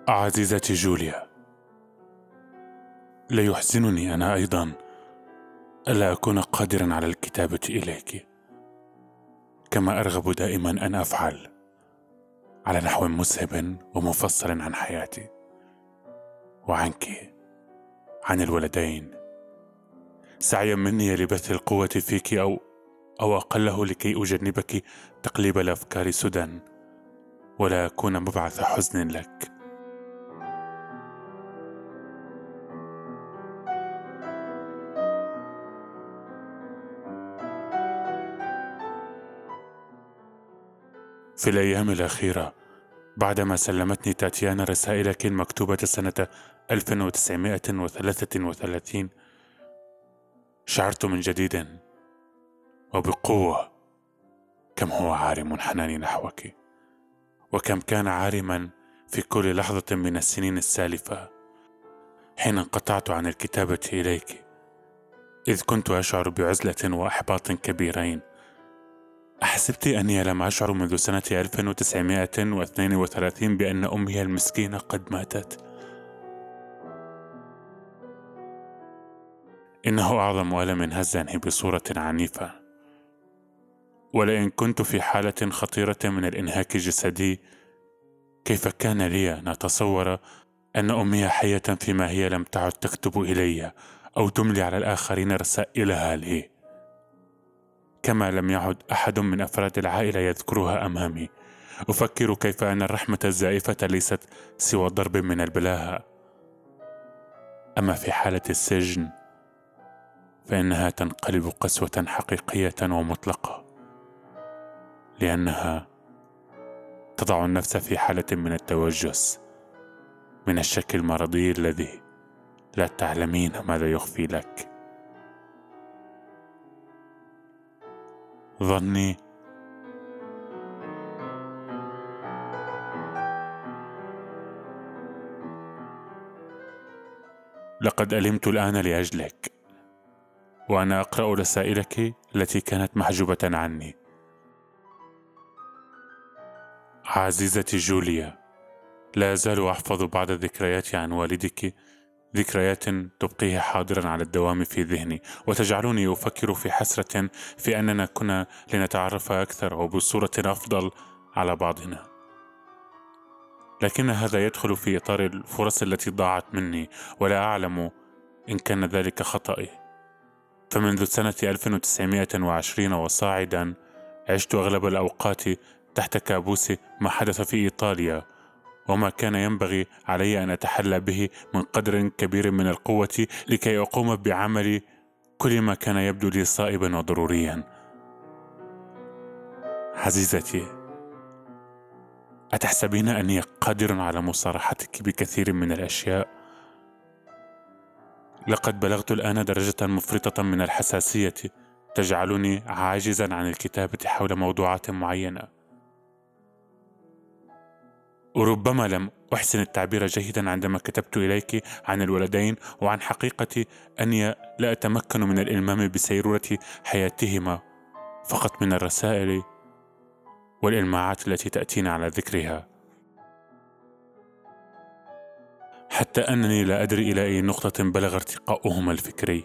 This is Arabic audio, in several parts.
عزيزتي جوليا، لا يحزنني أنا أيضا ألا أكون قادرا على الكتابة إليك كما أرغب دائما أن أفعل، على نحو مسهب ومفصل عن حياتي وعنك، عن الولدين، سعيا مني لبث القوة فيك أو أقله لكي أجنبك تقليب الأفكار سدى ولا أكون مبعث حزن لك. في الأيام الأخيرة بعدما سلمتني تاتيانا رسائلك مكتوبة سنة 1933 شعرت من جديد وبقوة كم هو عارم حناني نحوك، وكم كان عارما في كل لحظة من السنين السالفة حين انقطعت عن الكتابة إليك، إذ كنت أشعر بعزلة وإحباط كبيرين. أحسبت أني لم أشعر منذ سنة 1932 بأن أمي المسكينة قد ماتت. إنه أعظم ألم هزني بصورة عنيفة، ولئن كنت في حالة خطيرة من الإنهاك الجسدي، كيف كان لي أن أتصور أن أمي حية فيما هي لم تعد تكتب إلي أو تملي على الآخرين رسائلها لي، كما لم يعد أحد من أفراد العائلة يذكرها أمامي. أفكر كيف أن الرحمة الزائفة ليست سوى ضرب من البلاهة، أما في حالة السجن فإنها تنقلب قسوة حقيقية ومطلقة، لأنها تضع النفس في حالة من التوجس، من الشك المرضي الذي لا تعلمين ماذا يخفي لك. ظني لقد ألمت الآن لأجلك، وأنا أقرأ رسائلك التي كانت محجوبة عني. عزيزتي جوليا، لا أزال أحفظ بعض الذكريات عن والدك، ذكريات تبقيه حاضرا على الدوام في ذهني وتجعلني أفكر في حسرة في أننا كنا لنتعرف أكثر وبصورة أفضل على بعضنا، لكن هذا يدخل في إطار الفرص التي ضاعت مني، ولا أعلم إن كان ذلك خطأي. فمنذ سنة 1920 وصاعدا عشت أغلب الأوقات تحت كابوس ما حدث في إيطاليا، وما كان ينبغي علي أن أتحلى به من قدر كبير من القوة لكي أقوم بعمل كل ما كان يبدو لي صائبا وضروريا. عزيزتي، أتحسبين أني قادر على مصارحتك بكثير من الأشياء؟ لقد بلغت الآن درجة مفرطة من الحساسية تجعلني عاجزا عن الكتابة حول موضوعات معينة، وربما لم أحسن التعبير جيدا عندما كتبت إليك عن الولدين وعن حقيقة أني لا أتمكن من الإلمام بسيرورة حياتهما فقط من الرسائل والإلماعات التي تأتينا على ذكرها، حتى أنني لا أدري إلى أي نقطة بلغ ارتقاؤهما الفكري.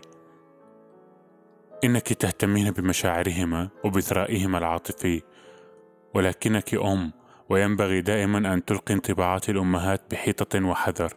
إنك تهتمين بمشاعرهما وبثرائهما العاطفي، ولكنك أم، وينبغي دائما أن تلقي انطباعات الأمهات بحيطة وحذر،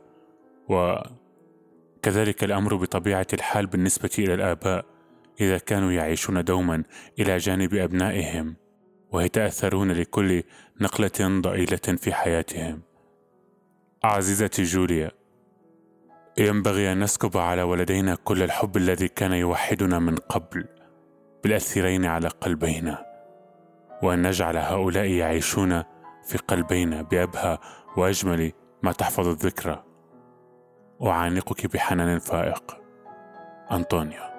وكذلك الأمر بطبيعة الحال بالنسبة إلى الآباء إذا كانوا يعيشون دوما إلى جانب أبنائهم ويتأثرون لكل نقلة ضئيلة في حياتهم. عزيزتي جوليا، ينبغي أن نسكب على ولدينا كل الحب الذي كان يوحدنا من قبل بالأثيرين على قلبينا، وأن نجعل هؤلاء يعيشون في قلبينا بأبهى وأجمل ما تحفظ الذكرى. أعانقك بحنان فائق. أنطونيو.